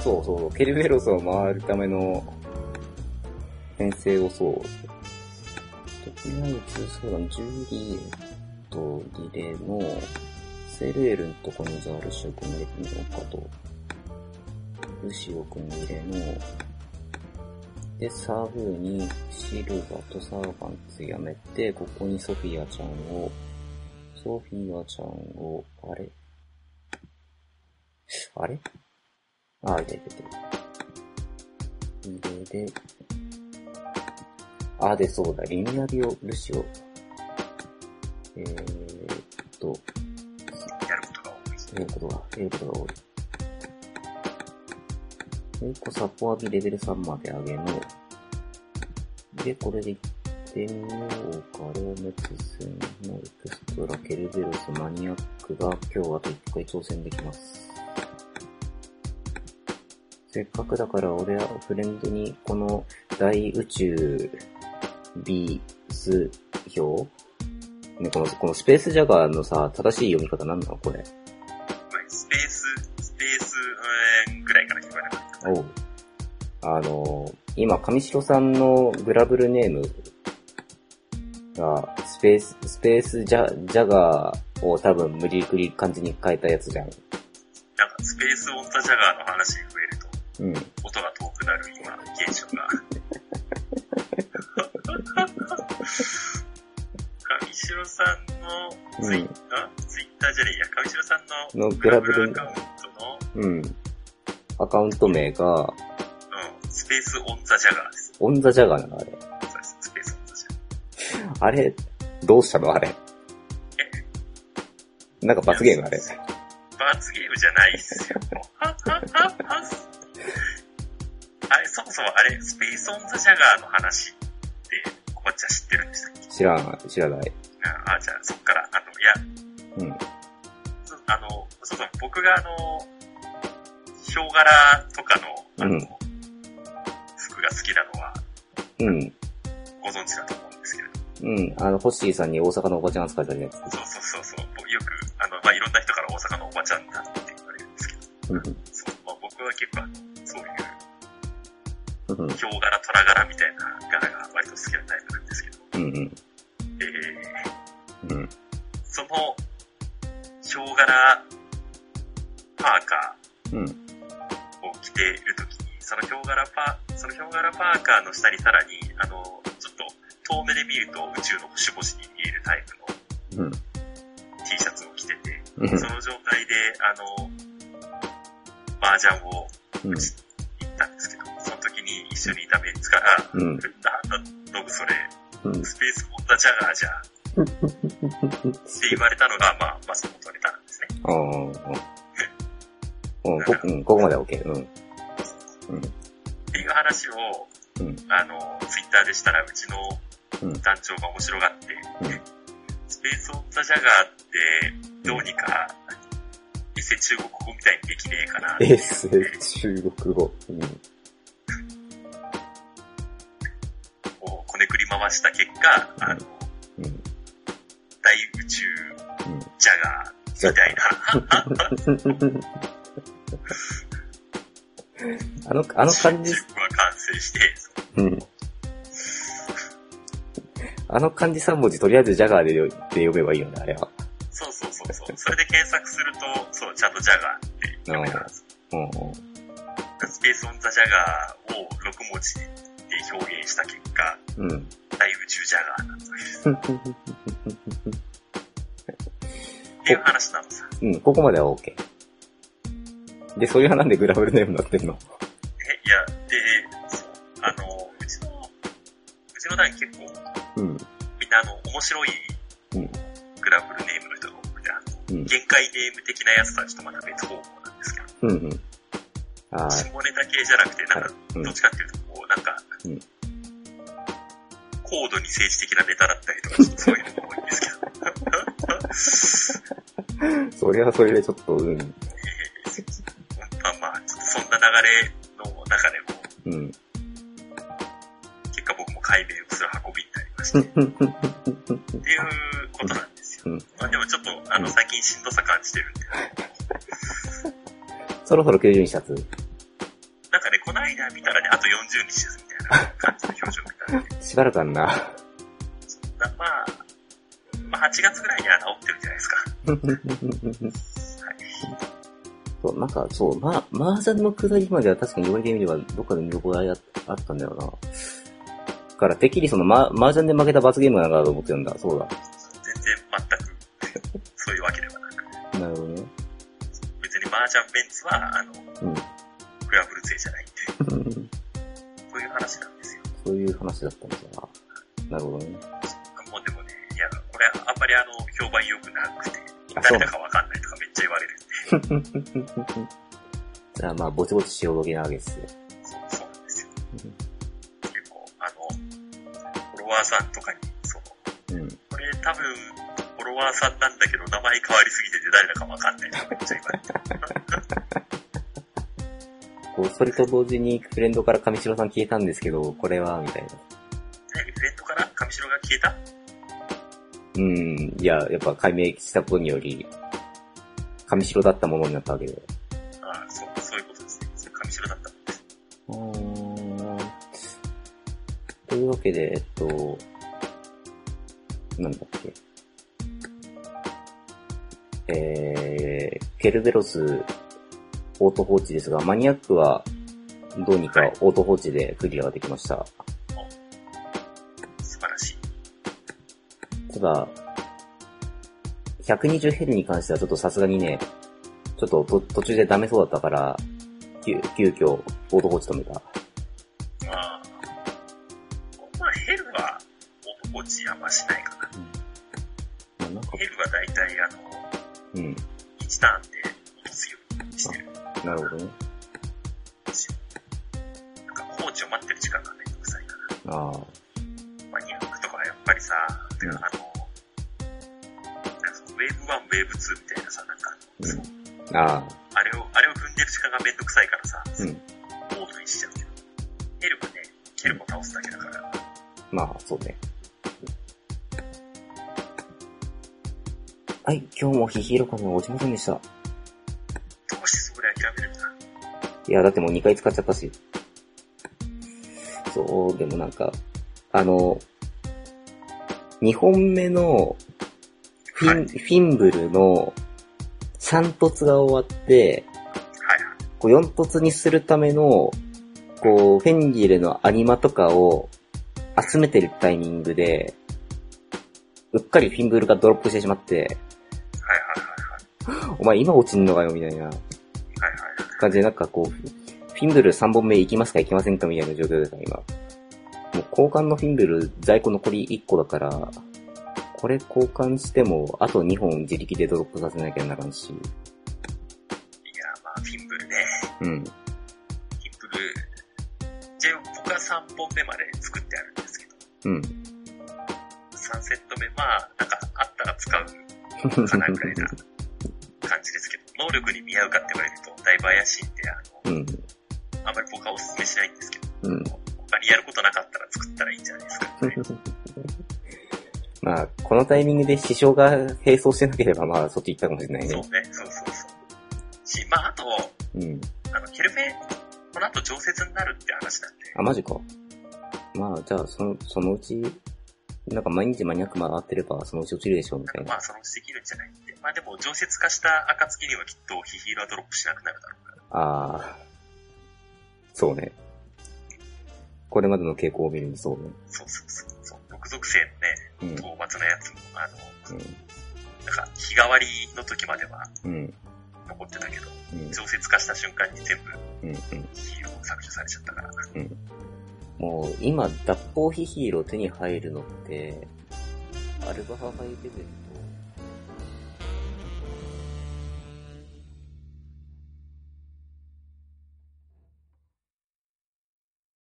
そうそう、ケルベロスを回るための編成をそう。特にそうだ、ジュリエとリレのセルエルのとこにじゃあルシオ君入れてみようかと。ルシオ君入れの、で、サブにシルバとサーバンツやめて、ここにソフィアちゃんを、あれあ、いた。入れで、で、そうだ、リニアビオ、ルシオ。 やることが多い。 サポアビレベル3まで上げの。で、これでいってみようか。ローメツセンのエクストラ、ケルベロス、マニアックが今日あと1回挑戦できます。せっかくだから俺はフレンドにこの大宇宙ビース表ね、このスペースジャガーのさ、正しい読み方なんなのこれ。 スペースぐらいから聞こえなかった。 おう。今、上白さんのグラブルネームが、スペースジャガーを多分無理くり漢字に変えたやつじゃん。 なんか、スペースオンザジャガーの話に増えると、音が遠くなる今、現象が。上白さんのツイッターじゃねえや、上白さんのグラブルアカウントの、 アカウント名が、 スペースオンザジャガーです。 オンザジャガーなのあれ。 そうです、スペースオンザジャガー。 あれ、どうしたのあれ。なんか罰ゲームあれ。 罰ゲームじゃないっすよ。そもそもあれ、スペースオンザジャガーの話って、こっちは知ってるんですか？ 知らない。 じゃあそっから、そう、僕がヒョウ柄とかの、服が好きなのは、ご存知だと思うんですけど。 ホッシーさんに大阪のおばちゃん扱いされるやつ。 そう。よく、いろんな人から大阪のおばちゃんだって言われるんですけど。僕は結構そういう、ヒョウ柄、トラ柄みたいな柄が割と好きなタイプなんですけど。その、ヒョウ柄パーカーを着ているときに、そのヒョウ柄パーカーの下にさらに、ちょっと遠目で見ると宇宙の星々に見えるタイプの T シャツを着てて、その状態で、麻雀を行ったんですけど、その時に一緒にいたメンツから、なんだ、ノブそれ、スペースオンザジャガーじゃんって言われたのが、まず元ネタなんですね。 ここまでは OK。 っていう話を、ツイッターでしたら、うちの団長が面白がって、スペースオンザジャガーって、どうにか、エセ中国語みたいにできねえかな。 エセ中国語。 こねくり回した結果、大宇宙ジャガーみたいな。 あの漢字。 中国は完成して、 あの漢字3文字とりあえずジャガーで読めばいいよね、あれは。 そう。それで検索すると、そう、ちゃんとジャガーって読めたんです。スペースオンザジャガーを6文字で表現した結果、大宇宙ジャガーなんです。っていう話なんです。 ここまでは OK。で、それはなんでグラブルネームになってんの？ そう、うちの団結構、みんな面白いグラブルネームの人が多くて、限界ネーム的なやつとはちょっとまた別方法なんですけど、下ネタ系じゃなくて、どっちかっていうと、高度に政治的なネタだったりとか、そういうのが多いんですけど。 それはそれでちょっと、 ちょっとそんな流れの中でも、結果僕も解明をする運びになりまして、っていうことなんですよ。でもちょっと、最近しんどさ感じてるんで。 そろそろ90にシャツ。 なんかね、この間見たらね、あと40日ですみたいな感じの表情見たんで。 しばらくあんな。 まあ8月ぐらいには治ってるんじゃないですか。はい。 そう、なんか、そう、麻雀の下りまでは確かに言われてみれば、どっかで見どころあったんだよな。だから、てっきりその麻雀で負けた罰ゲームなんだと思ってるんだ。そうだ。 全然、全く、そういうわけではなく。 なるほどね。 別に麻雀ベンツは、クラブル勢じゃないんで。そういう話なんですよ。 そういう話だったんだな。なるほどね。 もうでもね、いや、これあんまり評判良くなくて、誰だかわかんないとかめっちゃ言われるんで。 じゃあまあ、ぼちぼち潮時なわけですよ。 そうなんですよ。結構、フォロワーさんとかに、これ多分、フォロワーさんなんだけど、名前変わりすぎてて誰だかわかんないとかめっちゃ言われて。 こう、それと同時にフレンドから上白さん消えたんですけど、これは、みたいな。 フレンドから上白が消えた？ いや、やっぱ解明したことにより、上白だったものになったわけで。 ああ、そういうことですね。上白だったものです。 というわけで、なんだっけ。ケルベロス、オート放置ですが、マニアックは、どうにかオート放置でクリアができました。 素晴らしい。 ただ、120ヘルに関してはちょっとさすがにね、ちょっと途中でダメそうだったから、急遽オート放置止めた。 まあヘルはオート放置あんましないかな。ヘルはだいたい1ターンで落とすようにしてる。 なるほどね。 なんか放置を待ってる時間がめんどくさいから。 マニアックとかはやっぱりさ、ウェーブ1、ウェーブ2みたいなさ、あれを踏んでる時間がめんどくさいからさ、モードにしちゃうけど。ヘルはね、ヘルも倒すだけだから。 まあ、そうね。はい、今日もヒヒロカが落ちませんでした。 どうしてそこで諦めるんだ？ いや、だってもう2回使っちゃったし。そう、でもなんか、2本目のフィンブルの3突が終わって、こう4突にするための、こう、フェンギレのアニマとかを集めてるタイミングで、うっかりフィンブルがドロップしてしまって、お前今落ちんのかよみたいな感じで、なんかこう、フィンブル3本目行きますか行きませんかみたいな状況ですから今。もう交換のフィンブル在庫残り1個だから、これ交換してもあと2本自力でドロップさせなきゃならんし。 いや、まあフィンブルね。フィンブル、僕は3本目まで作ってあるんですけど。3セット目、まあ、なんかあったら使うかなぐらいな感じですけど、能力に見合うかって言われるとだいぶ怪しいんで、あんまり僕はお勧めしないんですけど、他にやることなかったら作ったらいいんじゃないですか、ね。 まあ、このタイミングで師匠が並走してなければ、まあ、そっち行ったかもしれないね。 そうね、そう。まあ、あと、ケルフェ、この後常設になるって話なんで。 あ、マジか。まあ、じゃあ、そのうち、なんか毎日マニアック回ってれば、そのうち落ちるでしょうみたいな。 まあ、そのうちできるんじゃないって。まあでも、常設化した暁にはきっとヒヒールはドロップしなくなるだろうから。 ああ。そうね。これまでの傾向を見るにそうね。 そう。6属性のね、討伐のやつも、なんか、日替わりの時までは、残ってたけど、常設化した瞬間に全部、ヒーロー削除されちゃったから。 もう、今、脱法ヒヒーロー手に入るのって、アルバハハイレベルと、